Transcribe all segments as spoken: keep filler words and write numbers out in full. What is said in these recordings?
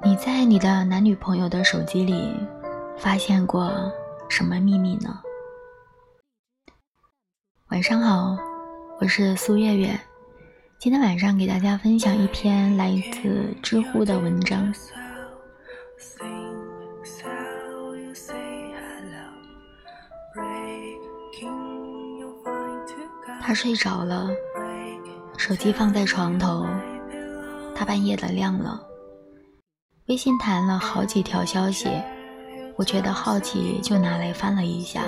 你在你的男女朋友的手机里发现过什么秘密呢？晚上好，我是苏月月，今天晚上给大家分享一篇来自知乎的文章。他睡着了，手机放在床头，他半夜的亮了，微信弹了好几条消息，我觉得好奇就拿来翻了一下，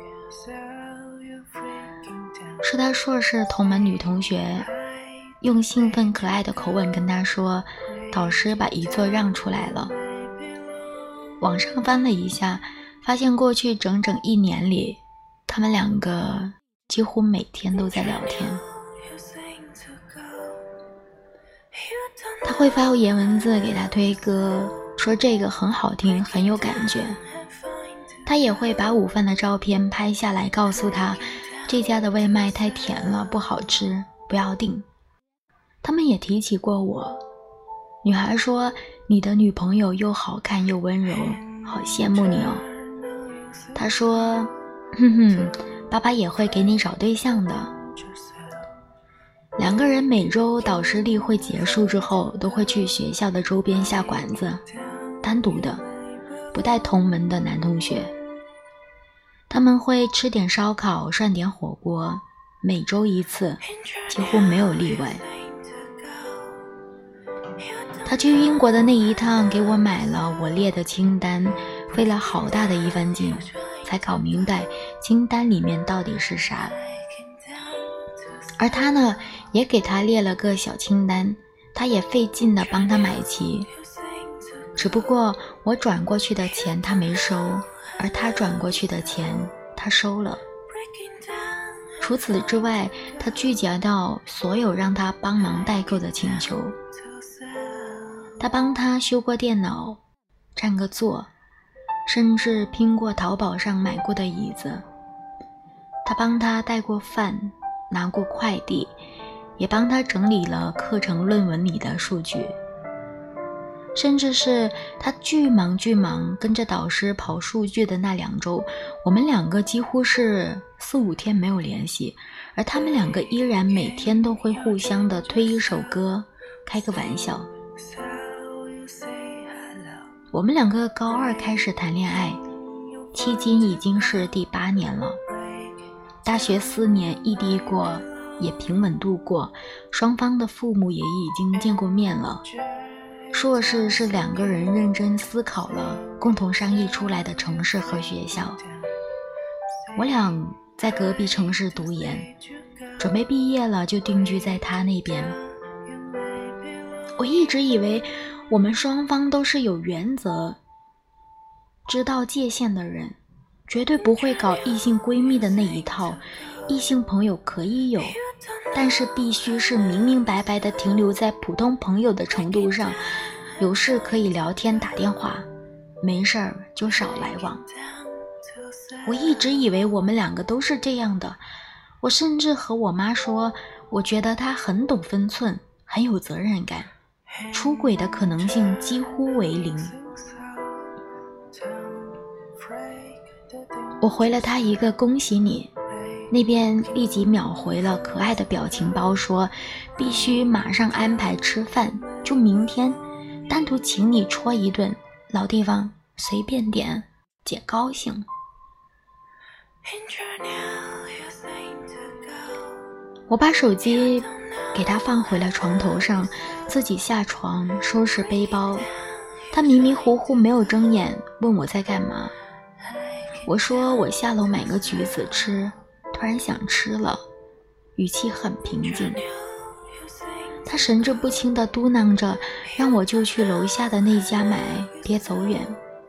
是他硕士同门女同学用兴奋可爱的口吻跟他说，导师把一座让出来了。网上翻了一下，发现过去整整一年里，他们两个几乎每天都在聊天。他会发言文字给他推歌，说这个很好听，很有感觉。他也会把午饭的照片拍下来，告诉他这家的外卖太甜了，不好吃，不要订。他们也提起过我，女孩说你的女朋友又好看又温柔，好羡慕你哦。他说哼哼，爸爸也会给你找对象的。两个人每周导师例会结束之后，都会去学校的周边下馆子，单独的，不带同门的男同学。他们会吃点烧烤，涮点火锅，每周一次，几乎没有例外。他去英国的那一趟给我买了我列的清单，费了好大的一番劲，才搞明白清单里面到底是啥。而他呢，也给他列了个小清单，他也费劲的帮他买齐。只不过我转过去的钱他没收，而他转过去的钱他收了。除此之外，他拒绝到所有让他帮忙代购的请求。他帮他修过电脑，占个座，甚至拼过淘宝上买过的椅子。他帮他带过饭，拿过快递，也帮他整理了课程论文里的数据。甚至是他巨忙巨忙跟着导师跑数据的那两周，我们两个几乎是四五天没有联系，而他们两个依然每天都会互相的推一首歌，开个玩笑。我们两个高二开始谈恋爱，迄今已经是第八年了。大学四年异地过，也平稳度过，双方的父母也已经见过面了。硕士是两个人认真思考了，共同商议出来的城市和学校。我俩在隔壁城市读研，准备毕业了就定居在他那边。我一直以为我们双方都是有原则、知道界限的人，绝对不会搞异性闺蜜的那一套。异性朋友可以有，但是必须是明明白白的停留在普通朋友的程度上，有事可以聊天打电话，没事儿就少来往。我一直以为我们两个都是这样的，我甚至和我妈说，我觉得他很懂分寸，很有责任感，出轨的可能性几乎为零。我回了他一个恭喜你，那边立即秒回了可爱的表情包，说必须马上安排吃饭，就明天单独请你戳一顿，老地方随便点，姐高兴。我把手机给他放回了床头上，自己下床收拾背包。他迷迷糊糊没有睁眼，问我在干嘛。我说我下楼买个橘子吃，突然想吃了，语气很平静。他神志不清地嘟囔着，让我就去楼下的那家买，别走远。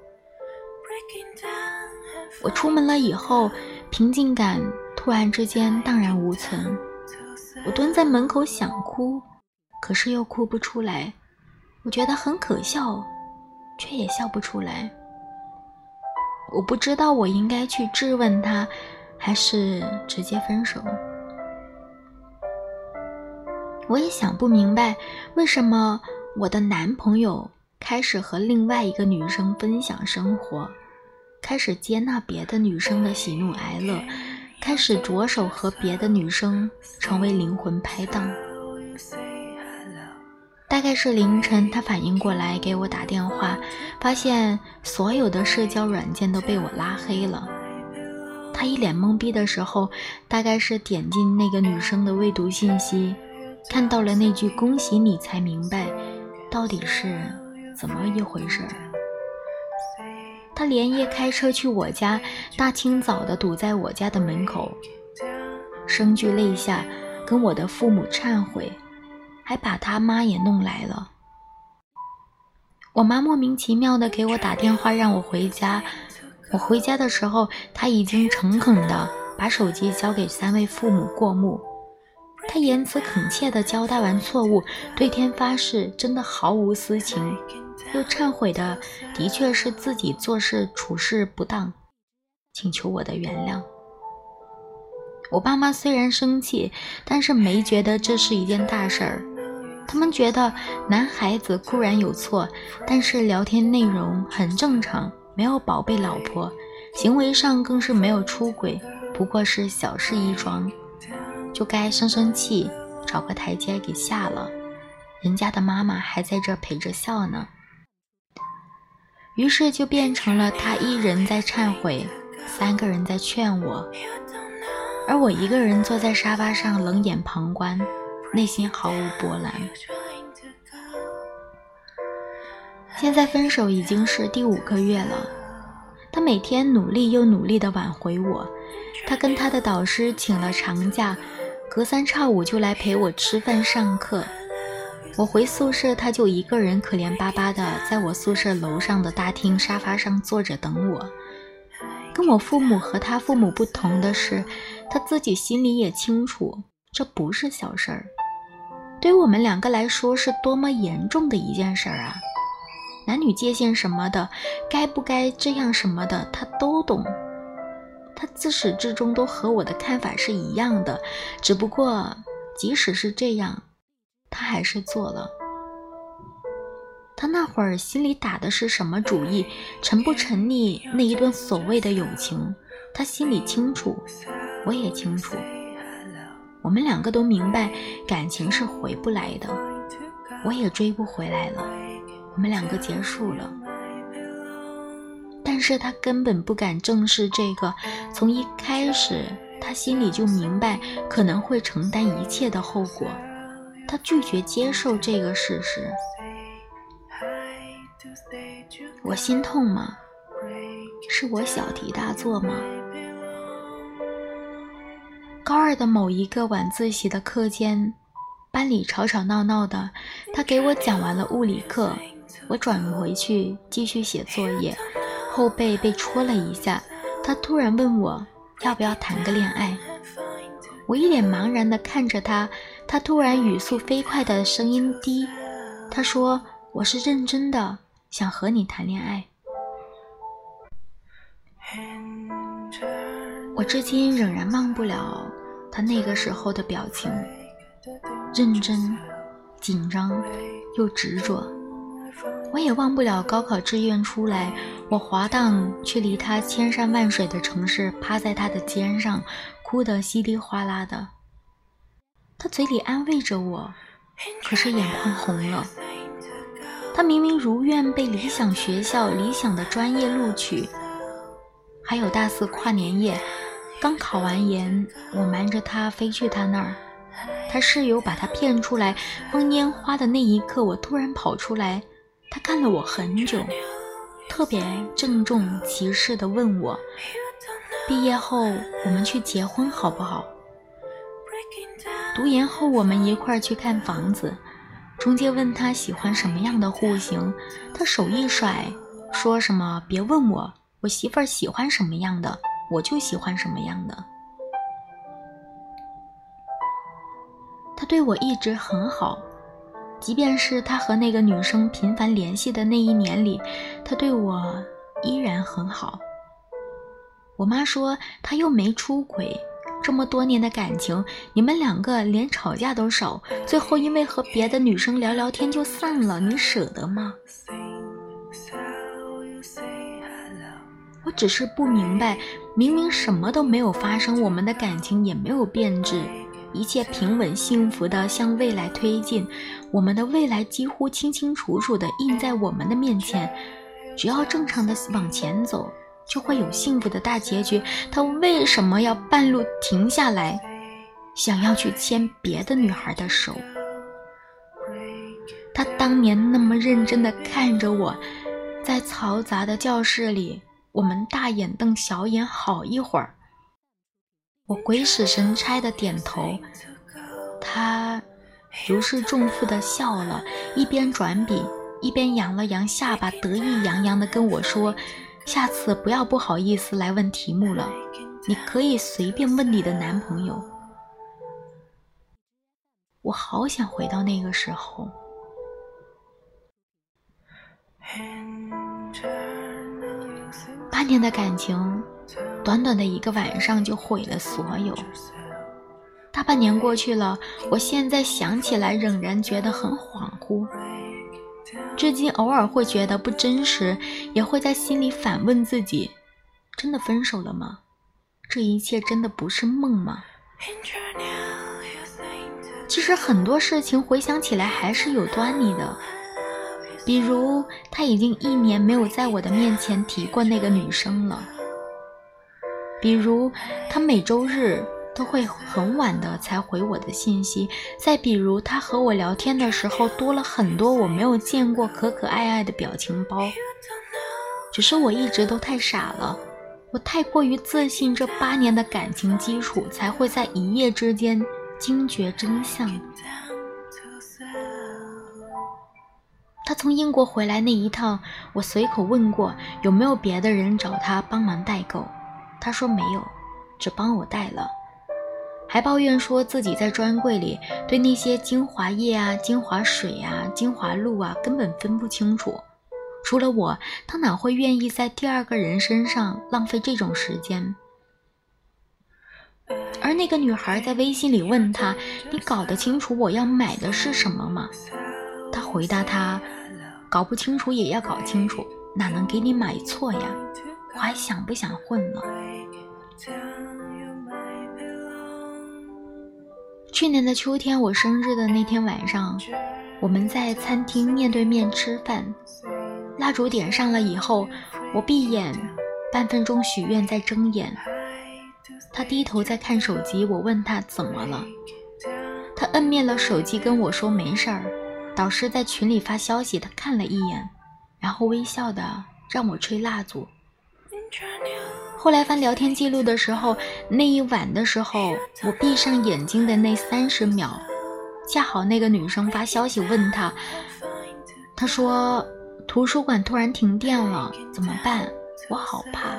我出门了以后，平静感突然之间荡然无存。我蹲在门口想哭，可是又哭不出来。我觉得很可笑，却也笑不出来。我不知道我应该去质问他，还是直接分手。我也想不明白，为什么我的男朋友开始和另外一个女生分享生活，开始接纳别的女生的喜怒哀乐，开始着手和别的女生成为灵魂拍档。大概是凌晨，他反应过来给我打电话，发现所有的社交软件都被我拉黑了。他一脸懵逼的时候，大概是点进那个女生的未读信息，看到了那句恭喜你，才明白到底是怎么一回事。他连夜开车去我家，大清早的堵在我家的门口，声俱泪下跟我的父母忏悔，还把他妈也弄来了。我妈莫名其妙的给我打电话让我回家，我回家的时候，他已经诚恳的把手机交给三位父母过目。他言辞恳切地交代完错误，对天发誓真的毫无私情，又忏悔的的确是自己做事处事不当，请求我的原谅。我爸妈虽然生气，但是没觉得这是一件大事儿。他们觉得男孩子固然有错，但是聊天内容很正常，没有宝贝老婆，行为上更是没有出轨，不过是小事一桩，就该生生气，找个台阶给下了。人家的妈妈还在这陪着笑呢。于是就变成了他一人在忏悔，三个人在劝我，而我一个人坐在沙发上冷眼旁观，内心毫无波澜。现在分手已经是第五个月了，他每天努力又努力地挽回我，他跟他的导师请了长假，隔三差五就来陪我吃饭上课。我回宿舍，他就一个人可怜巴巴的在我宿舍楼上的大厅沙发上坐着等我。跟我父母和他父母不同的是，他自己心里也清楚，这不是小事儿，对于我们两个来说是多么严重的一件事儿啊！男女界限什么的，该不该这样什么的，他都懂。他自始至终都和我的看法是一样的，只不过即使是这样，他还是做了。他那会儿心里打的是什么主意，沉不沉溺那一段所谓的友情，他心里清楚，我也清楚。我们两个都明白感情是回不来的，我也追不回来了，我们两个结束了。但是他根本不敢正视这个，从一开始他心里就明白可能会承担一切的后果，他拒绝接受这个事实。我心痛吗？是我小题大做吗？高二的某一个晚自习的课间，班里吵吵闹闹的，他给我讲完了物理课，我转回去继续写作业，后背被戳了一下，他突然问我要不要谈个恋爱。我一脸茫然地看着他，他突然语速飞快的声音低，他说我是认真的，想和你谈恋爱。我至今仍然忘不了他那个时候的表情，认真、紧张又执着。我也忘不了高考志愿出来，我滑荡去离他千山万水的城市，趴在他的肩上，哭得稀里哗啦的。他嘴里安慰着我，可是眼眶红了。他明明如愿被理想学校、理想的专业录取，还有大四跨年夜，刚考完研，我瞒着他飞去他那儿，他室友把他骗出来放烟花的那一刻，我突然跑出来，他看了我很久，特别郑重其事地问我，毕业后我们去结婚好不好？读研后我们一块儿去看房子，中介问他喜欢什么样的户型，他手一甩，说什么别问我，我媳妇儿喜欢什么样的，我就喜欢什么样的。他对我一直很好，即便是他和那个女生频繁联系的那一年里，他对我依然很好。我妈说他又没出轨，这么多年的感情，你们两个连吵架都少，最后因为和别的女生聊聊天就散了，你舍得吗？ 我只是不明白，明明什么都没有发生，我们的感情也没有变质，一切平稳幸福地向未来推进，我们的未来几乎清清楚楚地印在我们的面前，只要正常地往前走，就会有幸福的大结局。他为什么要半路停下来，想要去牵别的女孩的手？他当年那么认真地看着我，在嘈杂的教室里，我们大眼瞪小眼好一会儿，我鬼使神差的点头，他如释重负的笑了，一边转笔一边扬了扬下巴，得意洋洋的跟我说，下次不要不好意思来问题目了，你可以随便问你的男朋友。我好想回到那个时候。八年的感情，短短的一个晚上就毁了所有。大半年过去了，我现在想起来仍然觉得很恍惚，至今偶尔会觉得不真实，也会在心里反问自己，真的分手了吗？这一切真的不是梦吗？其实很多事情回想起来还是有端倪的，比如他已经一年没有在我的面前提过那个女生了，比如他每周日都会很晚的才回我的信息，再比如他和我聊天的时候多了很多我没有见过可可爱爱的表情包。只是我一直都太傻了，我太过于自信这八年的感情基础，才会在一夜之间惊觉真相。他从英国回来那一趟，我随口问过有没有别的人找他帮忙代购，他说没有，只帮我带了，还抱怨说自己在专柜里对那些精华液啊、精华水啊、精华露啊根本分不清楚，除了我，他哪会愿意在第二个人身上浪费这种时间。而那个女孩在微信里问他，你搞得清楚我要买的是什么吗？他回答他，搞不清楚也要搞清楚，哪能给你买错呀？我还想不想混了？去年的秋天，我生日的那天晚上，我们在餐厅面对面吃饭，蜡烛点上了以后，我闭眼半分钟许愿再睁眼。他低头在看手机，我问他怎么了，他摁灭了手机跟我说没事儿，导师在群里发消息，他看了一眼，然后微笑的让我吹蜡烛。后来翻聊天记录的时候，那一晚的时候，我闭上眼睛的那三十秒，恰好那个女生发消息问他，他说图书馆突然停电了，怎么办？我好怕。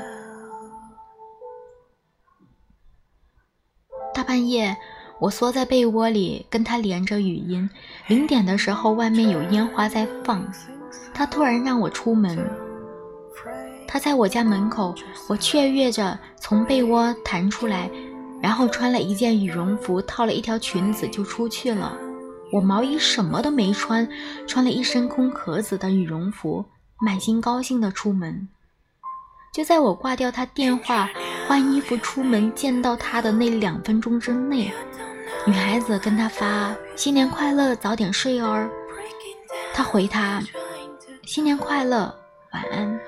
大半夜，我缩在被窝里跟他连着语音，零点的时候外面有烟花在放，他突然让我出门。他在我家门口，我雀跃着从被窝弹出来，然后穿了一件羽绒服，套了一条裙子就出去了。我毛衣什么都没穿，穿了一身空壳子的羽绒服，满心高兴地出门。就在我挂掉他电话，换衣服出门见到他的那两分钟之内，女孩子跟他发新年快乐，早点睡哦。他回他新年快乐，晚安。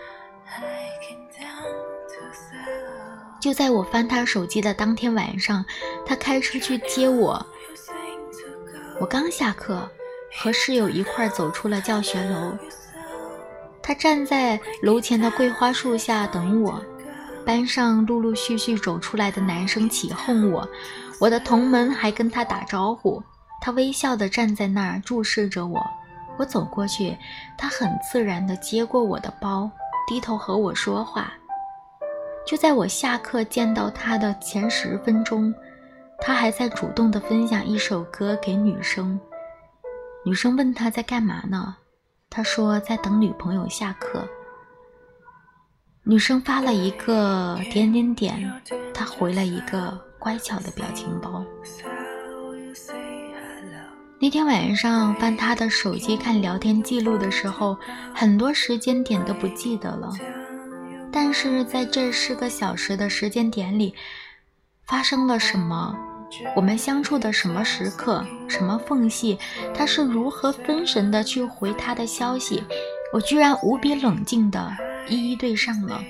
就在我翻他手机的当天晚上，他开车去接我。我刚下课，和室友一块走出了教学楼。他站在楼前的桂花树下等我，班上陆陆续续走出来的男生起哄我，我的同门还跟他打招呼，他微笑地站在那儿注视着我。我走过去，他很自然地接过我的包，低头和我说话。就在我下课见到他的前十分钟，他还在主动地分享一首歌给女生。女生问他在干嘛呢，他说在等女朋友下课。女生发了一个点点点，他回了一个乖巧的表情包。那天晚上翻他的手机看聊天记录的时候，很多时间点都不记得了。 但是在这四个小时的时间点里，发生了什么？我们相处的什么时刻，什么缝隙，他是如何分神的去回他的消息，我居然无比冷静的一一对上了。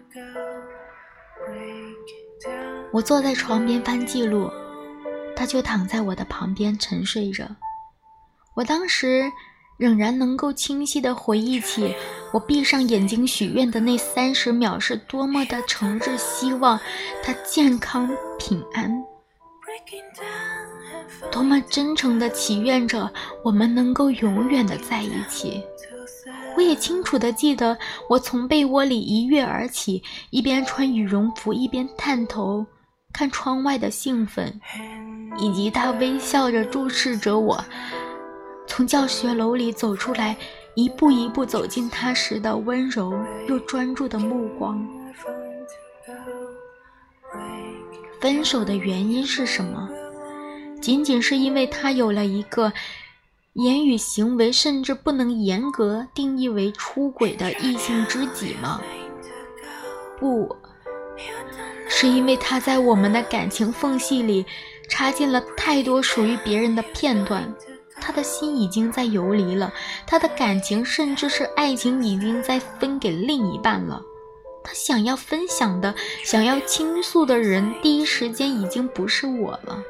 我坐在床边翻记录，他就躺在我的旁边沉睡着。我当时仍然能够清晰地回忆起我闭上眼睛许愿的那三十秒是多么的诚挚希望他健康平安，多么真诚地祈愿着我们能够永远地在一起。我也清楚地记得我从被窝里一跃而起，一边穿羽绒服一边探头看窗外的兴奋，以及他微笑着注视着我从教学楼里走出来，一步一步走近他时的温柔又专注的目光。分手的原因是什么？仅仅是因为他有了一个言语行为甚至不能严格定义为出轨的异性知己吗？不，是因为他在我们的感情缝隙里插进了太多属于别人的片段，他的心已经在游离了，他的感情甚至是爱情已经在分给另一半了。他想要分享的，想要倾诉的人，第一时间已经不是我了。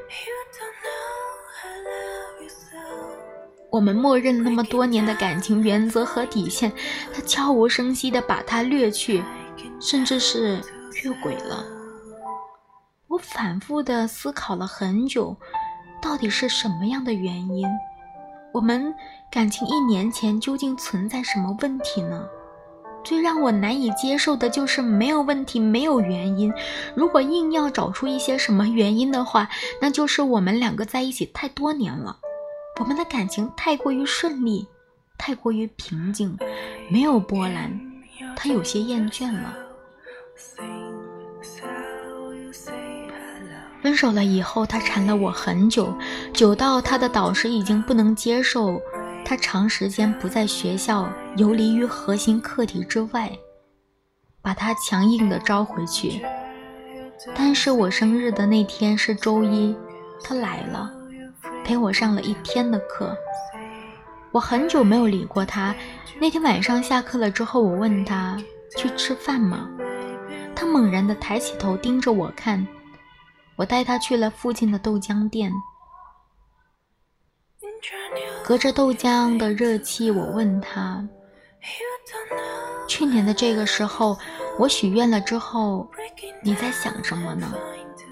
我们默认那么多年的感情原则和底线，他悄无声息地把它掠去，甚至是越轨了。我反复地思考了很久，到底是什么样的原因？我们感情一年前究竟存在什么问题呢？最让我难以接受的就是没有问题，没有原因。如果硬要找出一些什么原因的话，那就是我们两个在一起太多年了，我们的感情太过于顺利，太过于平静，没有波澜，他有些厌倦了。分手了以后，他缠了我很久，久到他的导师已经不能接受他长时间不在学校，游离于核心课题之外，把他强硬地招回去。但是我生日的那天是周一，他来了，陪我上了一天的课。我很久没有理过他，那天晚上下课了之后，我问他去吃饭吗？他猛然地抬起头盯着我看，我带他去了附近的豆浆店。隔着豆浆的热气，我问他，去年的这个时候我许愿了之后，你在想什么呢？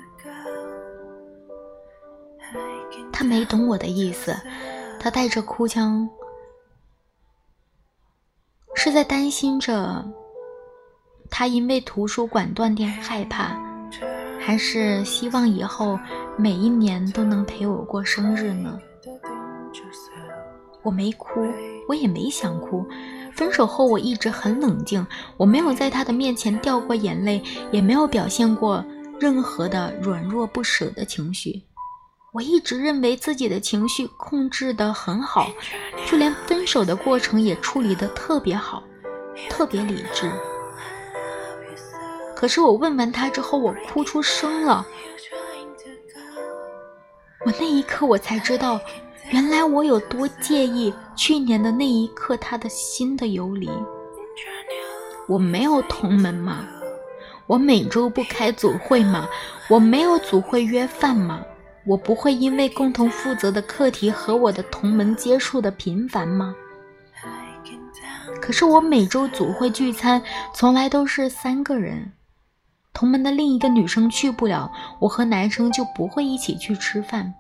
他没懂我的意思，他带着哭腔，是在担心着他因为图书馆断电害怕，还是希望以后每一年都能陪我过生日呢？我没哭，我也没想哭。分手后我一直很冷静，我没有在他的面前掉过眼泪，也没有表现过任何的软弱不舍的情绪。我一直认为自己的情绪控制得很好，就连分手的过程也处理得特别好，特别理智。可是我问完他之后，我哭出声了。我那一刻我才知道，原来我有多介意去年的那一刻他的心的游离。我没有同门吗？我每周不开组会吗？我没有组会约饭吗？我不会因为共同负责的课题和我的同门接触的频繁吗？可是我每周组会聚餐从来都是三个人，同门的另一个女生去不了，我和男生就不会一起去吃饭。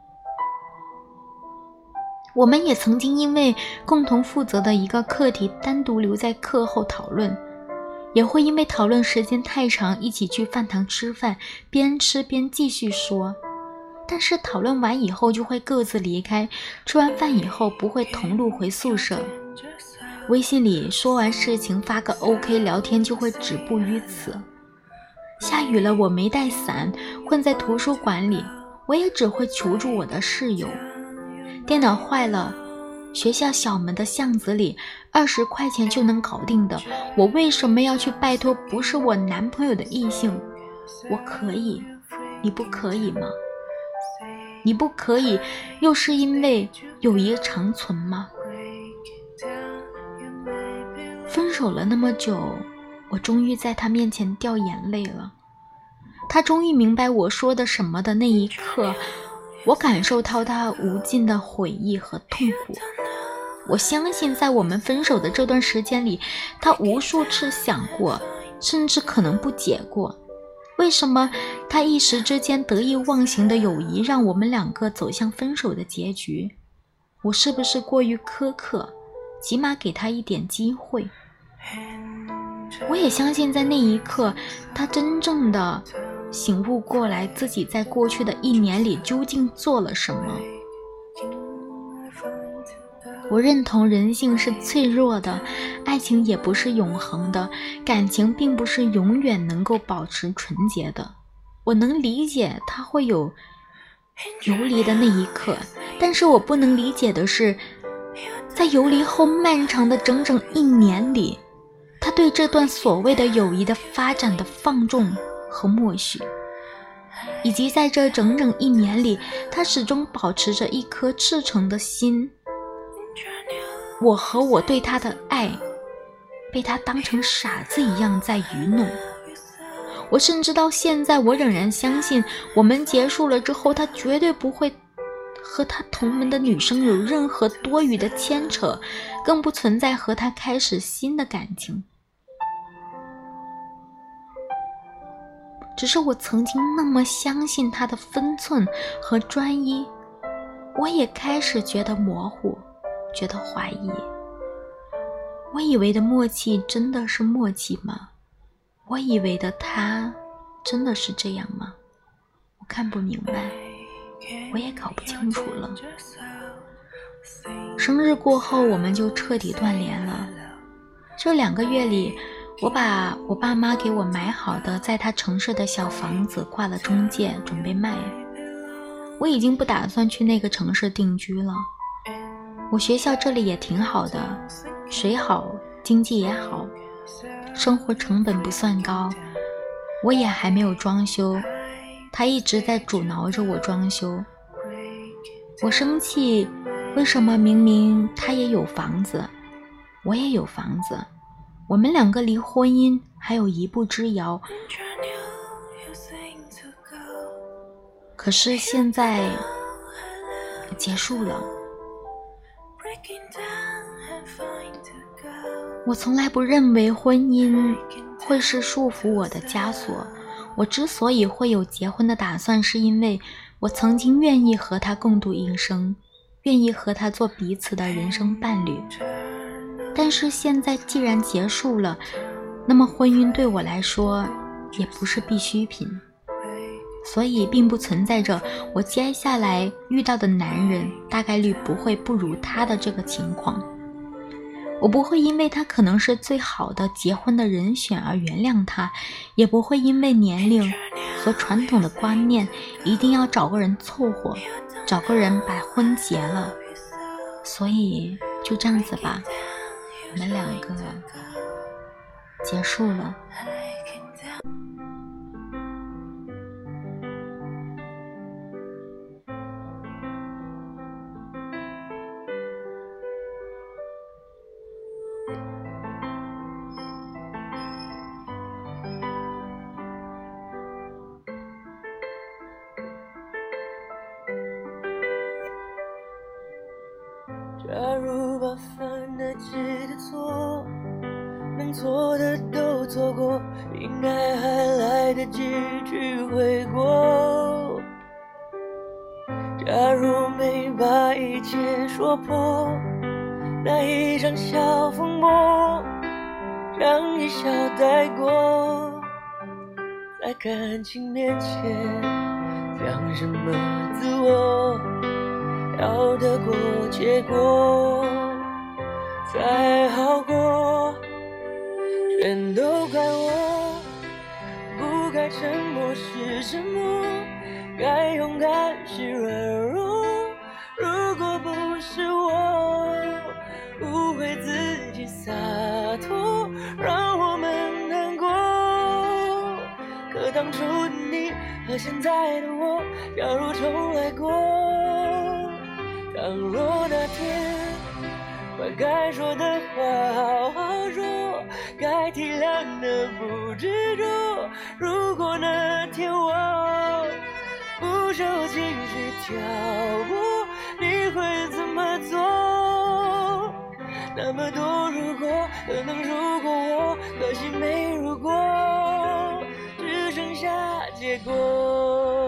我们也曾经因为共同负责的一个课题单独留在课后讨论，也会因为讨论时间太长一起去饭堂吃饭，边吃边继续说。但是讨论完以后就会各自离开，吃完饭以后不会同路回宿舍。微信里说完事情发个 OK， 聊天就会止步于此。下雨了我没带伞，困在图书馆里，我也只会求助我的室友。电脑坏了， 学校小门的巷子里，二十块钱就能搞定的，我为什么要去拜托不是我男朋友的异性？我可以，你不可以吗？你不可以，又是因为友谊长存吗？分手了那么久，我终于在他面前掉眼泪了。他终于明白我说的什么的那一刻，我感受到他无尽的悔意和痛苦。我相信在我们分手的这段时间里，他无数次想过，甚至可能不解过，为什么他一时之间得意忘形的友谊让我们两个走向分手的结局？我是不是过于苛刻，起码给他一点机会？我也相信在那一刻，他真正的醒悟过来，自己在过去的一年里究竟做了什么。我认同人性是脆弱的，爱情也不是永恒的，感情并不是永远能够保持纯洁的。我能理解他会有游离的那一刻，但是我不能理解的是，在游离后漫长的整整一年里，他对这段所谓的友谊的发展的放纵和默许，以及在这整整一年里，他始终保持着一颗赤诚的心。我和我对他的爱被他当成傻子一样在愚弄。我甚至到现在我仍然相信，我们结束了之后，他绝对不会和他同门的女生有任何多余的牵扯，更不存在和他开始新的感情。只是我曾经那么相信他的分寸和专一，我也开始觉得模糊，觉得怀疑。我以为的默契真的是默契吗？我以为的他真的是这样吗？我看不明白，我也搞不清楚了。生日过后，我们就彻底断联了。这两个月里，我把我爸妈给我买好的在他城市的小房子挂了中介，准备卖。我已经不打算去那个城市定居了。我学校这里也挺好的，水好，经济也好，生活成本不算高。我也还没有装修，他一直在阻挠着我装修。我生气，为什么明明他也有房子，我也有房子，我们两个离婚姻还有一步之遥。可是现在结束了。我从来不认为婚姻会是束缚我的枷锁。我之所以会有结婚的打算，是因为我曾经愿意和他共度一生，愿意和他做彼此的人生伴侣。但是现在既然结束了，那么婚姻对我来说也不是必需品，所以并不存在着我接下来遇到的男人大概率不会不如他的这个情况。我不会因为他可能是最好的结婚的人选而原谅他，也不会因为年龄和传统的观念一定要找个人凑合，找个人把婚结了。所以就这样子吧，我们两个结束了。 假如把犯的记得错，能错的都错过，应该还来得及去悔过。假如没把一切说破，那一场小风波让一笑带过，在感情面前讲什么自我，要得过且过才好过。全都怪我，不该沉默是沉默，该勇敢是软弱。如果不是我当初的你和现在的我，假如重来过，倘若那天把该说的话好好说，该体谅的不执着，如果那天我不受情绪挑拨，你会怎么做？那么多如果，可能如果我，可惜没如果，只剩下结果。